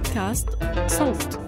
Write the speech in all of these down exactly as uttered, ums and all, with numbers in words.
بودكاست صوت.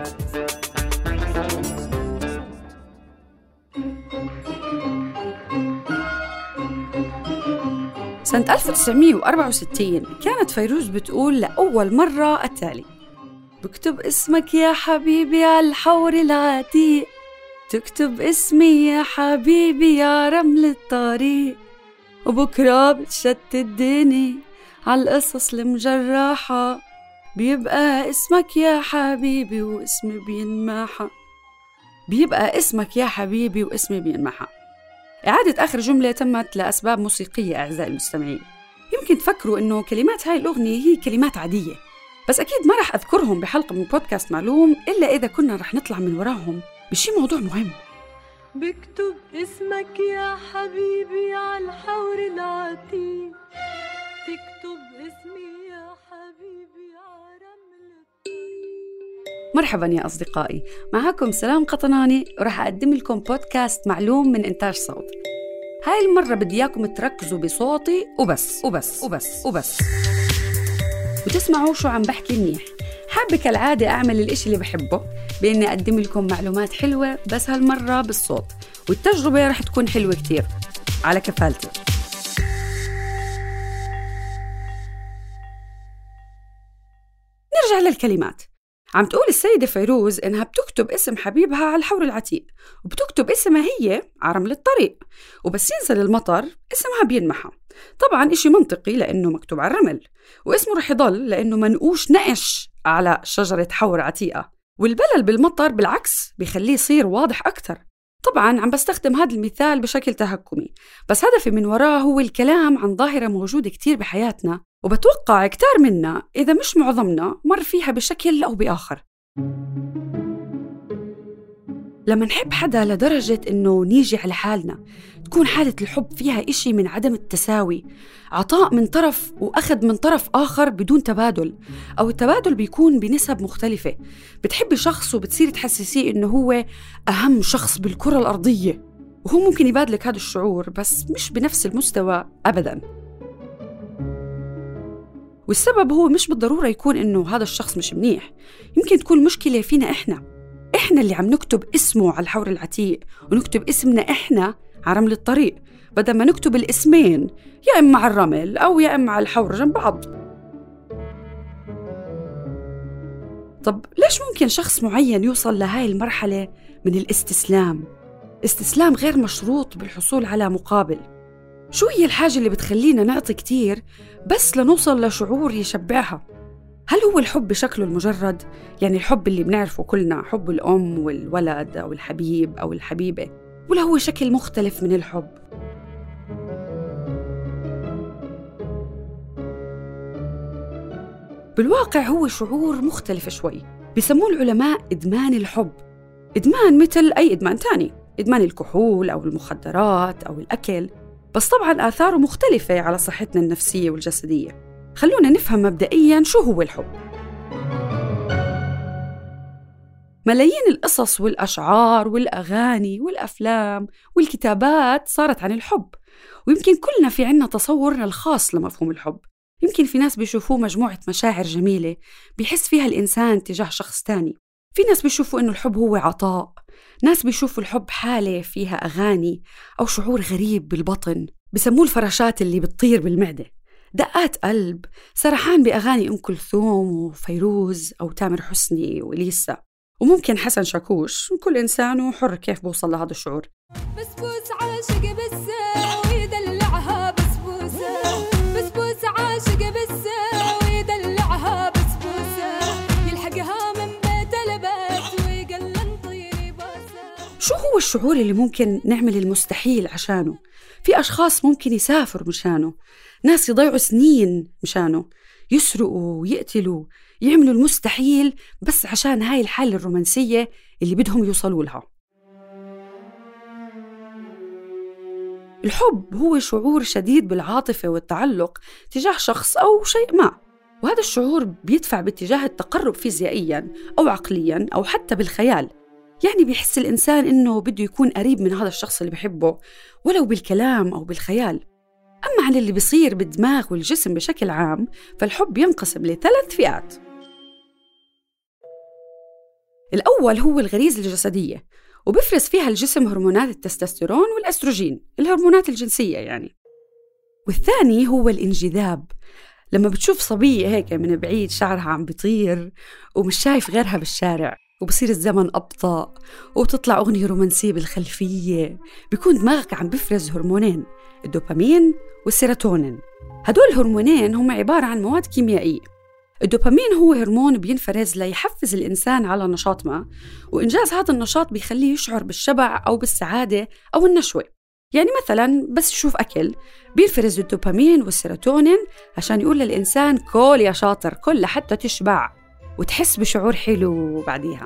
سنة ألف وتسعمية وأربعة وستين كانت فيروز بتقول لأول مرة التالي: بكتب اسمك يا حبيبي على الحور العتيق، تكتب اسمي يا حبيبي يا رمل الطريق، وبكرة بتشتت الدنيا على القصص المجرحة، بيبقى اسمك يا حبيبي واسمي بينمحى، بيبقى اسمك يا حبيبي واسمي بينمحى. إعادة آخر جملة تمت لأسباب موسيقية أعزائي المستمعين. يمكن تفكروا إنه كلمات هاي الأغنية هي كلمات عادية، بس أكيد ما رح أذكرهم بحلقة من بودكاست معلوم إلا إذا كنا رح نطلع من وراهم بشي موضوع مهم. بكتب اسمك يا حبيبي على الحور العتيق، تكتب اسمي يا حبيبي على رمل الطريق. مرحبا يا أصدقائي، معكم سلام قطناني ورح أقدم لكم بودكاست معلوم من إنتاج صوت. هاي المرة بدي إياكم تركزوا بصوتي وبس وبس وبس وبس وتسمعوا شو عم بحكي منيح. حابة كالعادة أعمل الإشي اللي بحبه بإني أقدم لكم معلومات حلوة، بس هالمرة بالصوت، والتجربة رح تكون حلوة كتير على كفالتي. نرجع للكلمات. عم تقول السيدة فيروز إنها بتكتب اسم حبيبها على الحور العتيق، وبتكتب اسمها هي على رمل الطريق، وبس ينزل المطر اسمها بينمحى. طبعاً إشي منطقي لأنه مكتوب على الرمل، واسمه رح يضل لأنه منقوش نقش على شجرة حور عتيقة، والبلل بالمطر بالعكس بيخليه يصير واضح أكتر. طبعاً عم بستخدم هذا المثال بشكل تهكمي، بس هدفي من وراه هو الكلام عن ظاهرة موجودة كتير بحياتنا، وبتوقع كتار منا إذا مش معظمنا مر فيها بشكل أو بآخر. لما نحب حدا لدرجة إنه نيجي على حالنا، تكون حالة الحب فيها إشي من عدم التساوي، عطاء من طرف وأخذ من طرف آخر بدون تبادل، أو التبادل بيكون بنسب مختلفة. بتحبي شخص وبتصير تحسسيه إنه هو أهم شخص بالكرة الأرضية، وهو ممكن يبادلك هذا الشعور بس مش بنفس المستوى أبداً. والسبب هو مش بالضرورة يكون إنه هذا الشخص مش منيح، يمكن تكون مشكلة فينا إحنا إحنا اللي عم نكتب اسمه على الحور العتيق ونكتب اسمنا إحنا على رمل الطريق، بدل ما نكتب الاسمين يا إما على الرمل أو يا إما على الحور جنب بعض. طب ليش ممكن شخص معين يوصل لهاي المرحلة من الاستسلام؟ استسلام غير مشروط بالحصول على مقابل. شو هي الحاجة اللي بتخلينا نعطي كتير بس لنوصل لشعور يشبعها؟ هل هو الحب بشكله المجرد، يعني الحب اللي بنعرفه كلنا، حب الأم والولد أو الحبيب أو الحبيبة، ولا هو شكل مختلف من الحب؟ بالواقع هو شعور مختلف شوي، بيسموه العلماء إدمان الحب. إدمان مثل أي إدمان تاني، إدمان الكحول أو المخدرات أو الأكل، بس طبعاً آثاره مختلفة على صحتنا النفسية والجسدية. خلونا نفهم مبدئياً شو هو الحب. ملايين القصص والأشعار والأغاني والأفلام والكتابات صارت عن الحب، ويمكن كلنا في عنا تصورنا الخاص لمفهوم الحب. يمكن في ناس بيشوفوه مجموعة مشاعر جميلة بيحس فيها الإنسان تجاه شخص تاني، في ناس بيشوفوا إنه الحب هو عطاء، ناس بيشوفوا الحب حالة فيها أغاني أو شعور غريب بالبطن بسموه الفراشات اللي بتطير بالمعدة، دقات قلب، سرحان بأغاني أم كلثوم وفيروز أو تامر حسني وإليسا، وممكن حسن شاكوش. وكل إنسان وحر كيف بوصل لهذا الشعور. بسبوس عاشق بالساعة ويدلعها بسبوسة، بسبوس عاشق بالساعة ويدلعها بسبوسة، يلحقها من بيت لبيت ويقلن طيري باسة. شو هو الشعور اللي ممكن نعمل المستحيل عشانه؟ في أشخاص ممكن يسافروا مشانه، ناس يضيعوا سنين مشانه، يسرقوا ويقتلوا، يعملوا المستحيل بس عشان هاي الحالة الرومانسية اللي بدهم يوصلوا لها. الحب هو شعور شديد بالعاطفة والتعلق تجاه شخص أو شيء ما، وهذا الشعور بيدفع باتجاه التقرب فيزيائياً أو عقلياً أو حتى بالخيال. يعني بيحس الإنسان إنه بده يكون قريب من هذا الشخص اللي بحبه ولو بالكلام أو بالخيال. أما عن اللي بيصير بالدماغ والجسم بشكل عام، فالحب ينقسم لثلاث فئات. الأول هو الغريزة الجسدية، وبفرز فيها الجسم هرمونات التستوستيرون والأستروجين، الهرمونات الجنسية يعني. والثاني هو الانجذاب، لما بتشوف صبية هيك من بعيد شعرها عم بيطير ومش شايف غيرها بالشارع، وبصير الزمن أبطأ وبتطلع أغنية رومانسية بالخلفية، بيكون دماغك عم بفرز هرمونين، الدوبامين والسيروتونين. هدول الهرمونين هم عبارة عن مواد كيميائية. الدوبامين هو هرمون بينفرز ليحفز الإنسان على نشاط ما، وإنجاز هذا النشاط بيخليه يشعر بالشبع أو بالسعادة أو النشوة. يعني مثلاً بس يشوف أكل بينفرز الدوبامين والسيروتونين عشان يقول للإنسان كل يا شاطر، كل لحتى تشبع وتحس بشعور حلو بعديها.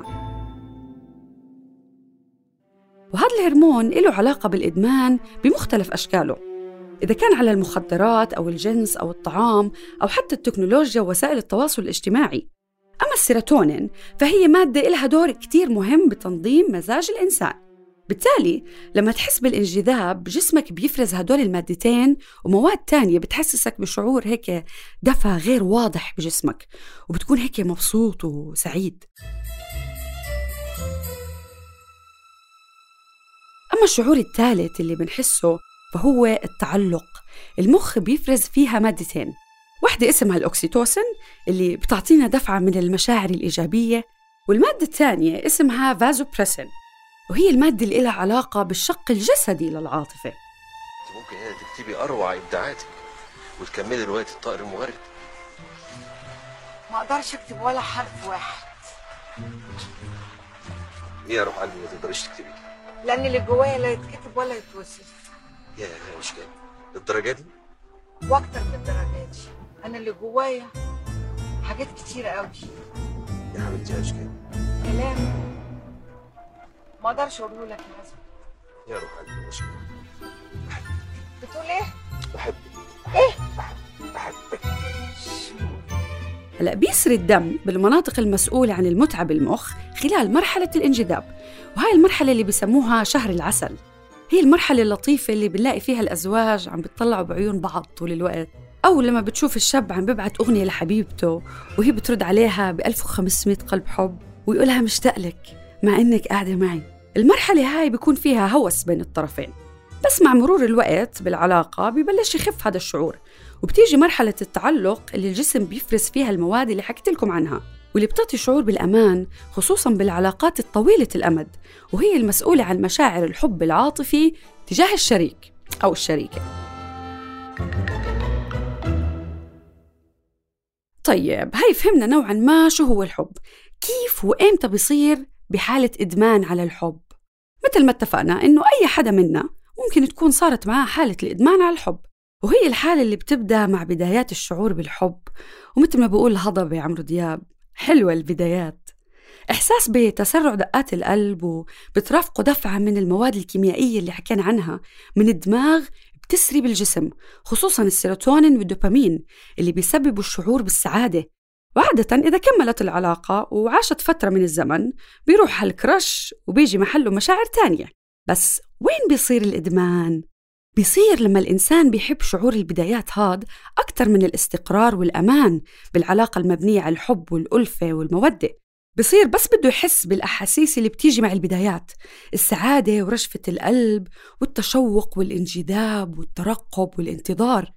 وهذا الهرمون له علاقة بالإدمان بمختلف أشكاله، إذا كان على المخدرات أو الجنس أو الطعام أو حتى التكنولوجيا ووسائل التواصل الاجتماعي. أما السيروتونين فهي مادة لها دور كتير مهم بتنظيم مزاج الإنسان. بالتالي لما تحس بالانجذاب جسمك بيفرز هدول المادتين ومواد تانية بتحسسك بشعور هيك دفى غير واضح بجسمك، وبتكون هيك مبسوط وسعيد. أما الشعور الثالث اللي بنحسه فهو التعلق. المخ بيفرز فيها مادتين، واحدة اسمها الأكسيتوسين اللي بتعطينا دفعة من المشاعر الإيجابية، والمادة الثانية اسمها فازوبريسين وهي المادة اللي لها علاقة بالشق الجسدي للعاطفة. ممكن هنا تكتبي أروع إبداعاتك وتكملي رواية الطائر المغرد. ما أقدرش أكتب ولا حرف واحد. إيه يا روح قلبي ما تقدريش تكتبي؟ لأن اللي جوايا لا يتكتب ولا يتوصف. يا لا مش كده للدرجة دي؟ وأكتر من الدرجة دي. أنا اللي جوايا حاجات كتيرة قوي. يا حبيبتي مش كده. كلام ما أقدرش أقوله لك يا حسن. يا روح قلبي مش كده. بحبك. بتقول إيه؟ بحبك. إيه؟ بحبك. هلأ بيسري الدم بالمناطق المسؤولة عن المتعة بالمخ خلال مرحلة الانجذاب، وهاي المرحلة اللي بيسموها شهر العسل. هي المرحلة اللطيفة اللي بنلاقي فيها الأزواج عم بيطلعوا بعيون بعض طول الوقت، أو لما بتشوف الشاب عم بيبعت أغنية لحبيبته وهي بترد عليها بألف وخمسمائة قلب حب ويقولها مشتاق لك مع إنك قاعدة معي. المرحلة هاي بيكون فيها هوس بين الطرفين، بس مع مرور الوقت بالعلاقة بيبلش يخف هذا الشعور، وبتيجي مرحلة التعلق اللي الجسم بيفرز فيها المواد اللي حكيت لكم عنها، واللي بتعطي شعور بالأمان خصوصاً بالعلاقات الطويلة الأمد، وهي المسؤولة عن مشاعر الحب العاطفي تجاه الشريك أو الشريكة. طيب هاي فهمنا نوعاً ما شو هو الحب، كيف وإمتى بيصير بحالة إدمان على الحب. مثل ما اتفقنا إنه أي حدا منا ممكن تكون صارت معاه حالة الإدمان على الحب، وهي الحالة اللي بتبدأ مع بدايات الشعور بالحب، ومثل ما بقول الهضبة عمرو دياب حلوة البدايات، إحساس بتسرع دقات القلب وبترافقه دفعة من المواد الكيميائية اللي حكينا عنها من الدماغ بتسري بالجسم، خصوصاً السيروتونين والدوبامين اللي بيسببوا الشعور بالسعادة. وعادة إذا كملت العلاقة وعاشت فترة من الزمن بيروح هالكرش وبيجي محله مشاعر تانية. بس وين بيصير الإدمان؟ بيصير لما الإنسان بيحب شعور البدايات هاد أكتر من الاستقرار والأمان بالعلاقة المبنية على الحب والألفة والمودة. بيصير بس بده يحس بالأحاسيس اللي بتيجي مع البدايات، السعادة ورشفة القلب والتشوق والانجذاب والترقب والانتظار.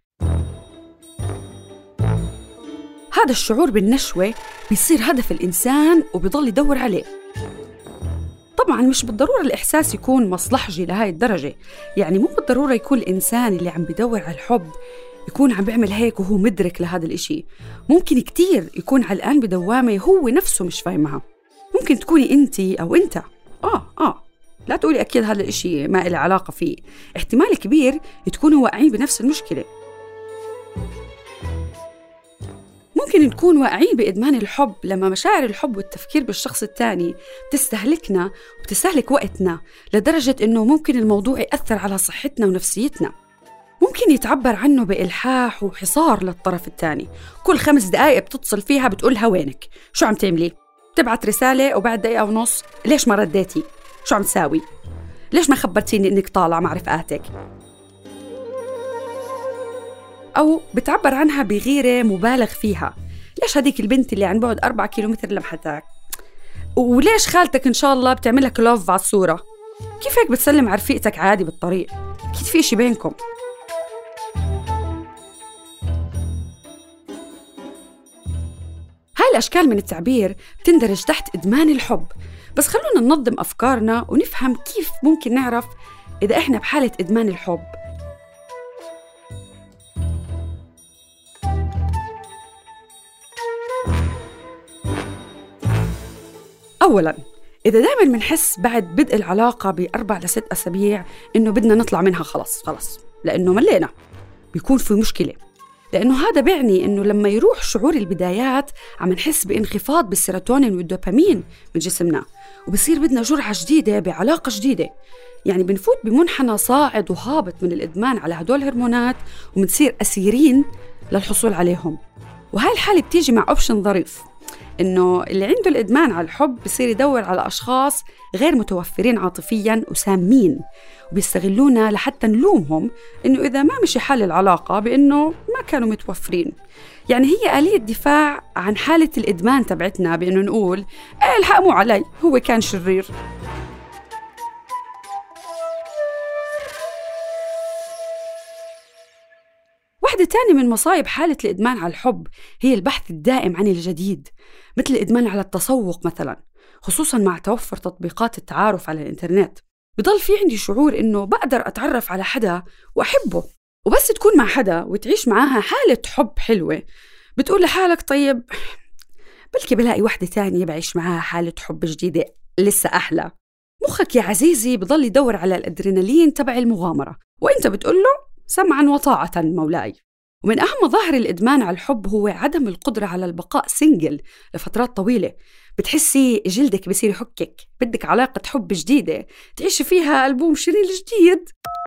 هذا الشعور بالنشوة بيصير هدف الإنسان وبيضل يدور عليه. طبعاً مش بالضرورة الإحساس يكون مصلحجي لهاي الدرجة، يعني مو بالضرورة يكون الإنسان اللي عم بدور على الحب يكون عم بيعمل هيك وهو مدرك لهذا الإشي. ممكن كتير يكون علقان بدوامة هو نفسه مش فاهمها. ممكن تكوني أنتي أو أنت آه آه لا تقولي أكيد هذا الإشي ما إله علاقة فيه، احتمال كبير تكونوا واقعين بنفس المشكلة. ممكن نكون واقعين بإدمان الحب لما مشاعر الحب والتفكير بالشخص الثاني بتستهلكنا وبتستهلك وقتنا لدرجة إنه ممكن الموضوع يأثر على صحتنا ونفسيتنا. ممكن يتعبر عنه بإلحاح وحصار للطرف الثاني، كل خمس دقائق بتتصل فيها بتقولها وينك؟ شو عم تعملي؟ تبعت رسالة وبعد دقيقة ونص ليش ما رديتي؟ شو عم تساوي؟ ليش ما خبرتيني إنك طالع مع رفقاتك؟ أو بتعبر عنها بغيرة مبالغ فيها، ليش هديك البنت اللي عن بعد أربعة كيلومتر لمحتاك؟ وليش خالتك إن شاء الله بتعملك لوف على الصورة؟ كيف هيك بتسلم على رفيقتك عادي بالطريق؟ أكيد في إشي بينكم. هاي الأشكال من التعبير تندرج تحت إدمان الحب، بس خلونا ننظم أفكارنا ونفهم كيف ممكن نعرف إذا إحنا بحالة إدمان الحب. أولاً، إذا دائماً منحس بعد بدء العلاقة بأربع لست أسابيع إنه بدنا نطلع منها خلص خلص لأنه ملينا، بيكون في مشكلة، لأنه هذا بيعني إنه لما يروح شعور البدايات عم نحس بانخفاض بالسيروتونين والدوبامين من جسمنا، وبصير بدنا جرعة جديدة بعلاقة جديدة. يعني بنفوت بمنحنى صاعد وهابط من الإدمان على هدول الهرمونات، ومنصير أسيرين للحصول عليهم. وهاي الحالة بتيجي مع أوبشن ظريف، إنه اللي عنده الإدمان على الحب بصير يدور على أشخاص غير متوفرين عاطفياً وسامين، وبيستغلونا لحتى نلومهم إنه إذا ما مشي حال العلاقة بإنه ما كانوا متوفرين. يعني هي آلية دفاع عن حالة الإدمان تبعتنا، بإنه نقول إيه الحق مو علي، هو كان شرير. واحدة تانية من مصايب حالة الإدمان على الحب هي البحث الدائم عن الجديد، مثل الإدمان على التسوق مثلاً، خصوصاً مع توفر تطبيقات التعارف على الإنترنت. بضل في عندي شعور إنه بقدر أتعرف على حدا وأحبه، وبس تكون مع حدا وتعيش معاها حالة حب حلوة بتقول لحالك طيب بلكي بلاقي واحدة تانية بعيش معاها حالة حب جديدة لسه أحلى. مخك يا عزيزي بضل يدور على الأدرينالين تبع المغامرة، وإنت بتقول له سمعاً وطاعة مولاي. ومن أهم مظاهر الإدمان على الحب هو عدم القدرة على البقاء سنجل لفترات طويلة. بتحسي جلدك بصير يحكك، بدك علاقة حب جديدة تعيشي فيها ألبوم شيرين الجديد.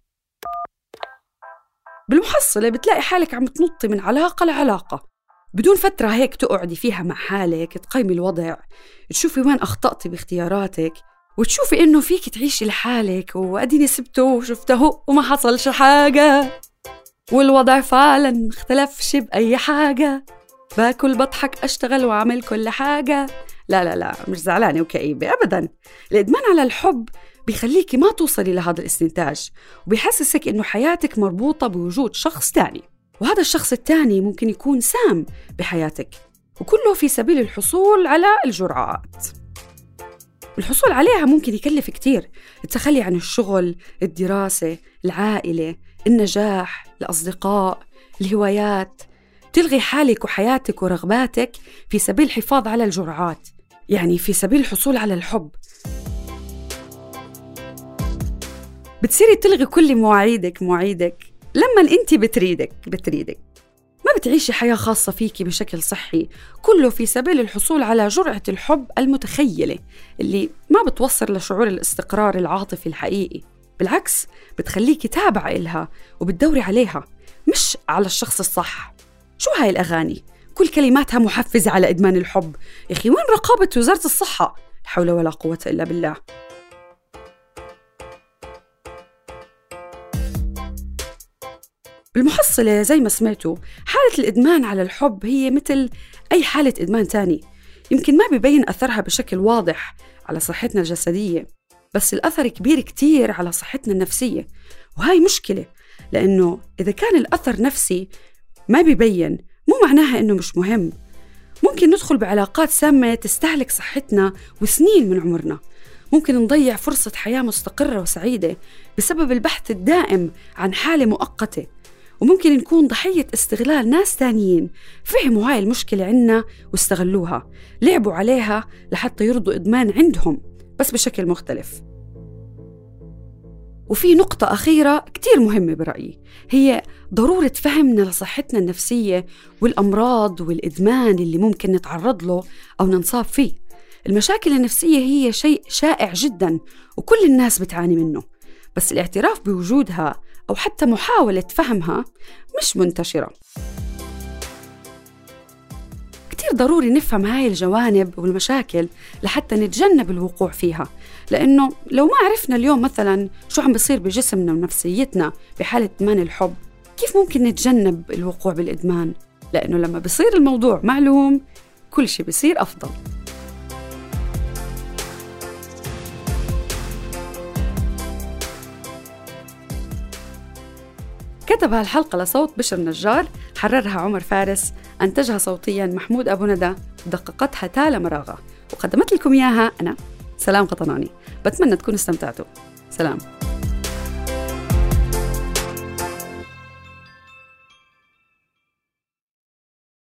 بالمحصلة بتلاقي حالك عم تنطي من علاقة لعلاقة بدون فترة هيك تقعدي فيها مع حالك، تقيمي الوضع، تشوفي وين أخطأتي باختياراتك، وتشوفي إنه فيك تعيشي لحالك وأديني سبته وشفته وما حصلش حاجة، والوضع فعلا مختلفش بأي حاجة، باكل بضحك أشتغل وأعمل كل حاجة. لا لا لا، مش زعلانة وكئيبة أبداً. الإدمان على الحب بيخليكي ما توصلي لهذا الاستنتاج، وبيحسسك إنه حياتك مربوطة بوجود شخص تاني، وهذا الشخص التاني ممكن يكون سام بحياتك، وكله في سبيل الحصول على الجرعات. الحصول عليها ممكن يكلف كتير، التخلي عن الشغل، الدراسة، العائلة، النجاح، الأصدقاء، الهوايات، تلغي حالك وحياتك ورغباتك في سبيل الحفاظ على الجرعات، يعني في سبيل الحصول على الحب. بتصيري تلغي كل مواعيدك مواعيدك لما انت بتريدك بتريدك ما بتعيشي حياة خاصة فيكي بشكل صحي، كله في سبيل الحصول على جرعة الحب المتخيلة اللي ما بتوصل لشعور الاستقرار العاطفي الحقيقي. بالعكس بتخليكي تابعة إلها وبتدوري عليها، مش على الشخص الصح. شو هاي الأغاني؟ كل كلماتها محفزة على إدمان الحب. يا أخي وين رقابة وزارة الصحة؟ لا حول ولا قوة إلا بالله. بالمحصلة زي ما سمعتوا، حالة الإدمان على الحب هي مثل أي حالة إدمان تاني، يمكن ما بيبين أثرها بشكل واضح على صحتنا الجسدية، بس الأثر كبير كتير على صحتنا النفسية. وهاي مشكلة، لأنه إذا كان الأثر نفسي ما بيبين مو معناها إنه مش مهم. ممكن ندخل بعلاقات سامة تستهلك صحتنا وسنين من عمرنا، ممكن نضيع فرصة حياة مستقرة وسعيدة بسبب البحث الدائم عن حالة مؤقتة، وممكن نكون ضحية استغلال ناس تانيين فهموا هاي المشكلة عنا واستغلوها، لعبوا عليها لحتى يرضوا إدمان عندهم بس بشكل مختلف. وفي نقطة أخيرة كتير مهمة برأيي، هي ضرورة فهمنا لصحتنا النفسية والأمراض والإدمان اللي ممكن نتعرض له أو ننصاب فيه. المشاكل النفسية هي شيء شائع جداً وكل الناس بتعاني منه، بس الاعتراف بوجودها أو حتى محاولة فهمها مش منتشرة. كتير ضروري نفهم هاي الجوانب والمشاكل لحتى نتجنب الوقوع فيها، لأنه لو ما عرفنا اليوم مثلاً شو عم بيصير بجسمنا ونفسيتنا بحالة إدمان الحب، كيف ممكن نتجنب الوقوع بالإدمان؟ لأنه لما بيصير الموضوع معلوم كل شيء بيصير أفضل. كتب هالحلقة لصوت بشر نجار، حررها عمر فارس، أنتجها صوتياً محمود أبو ندى، دققتها تالا مراغة، وقدمت لكم إياها أنا سلام قطناني. بتمنى تكونوا استمتعتوا. سلام.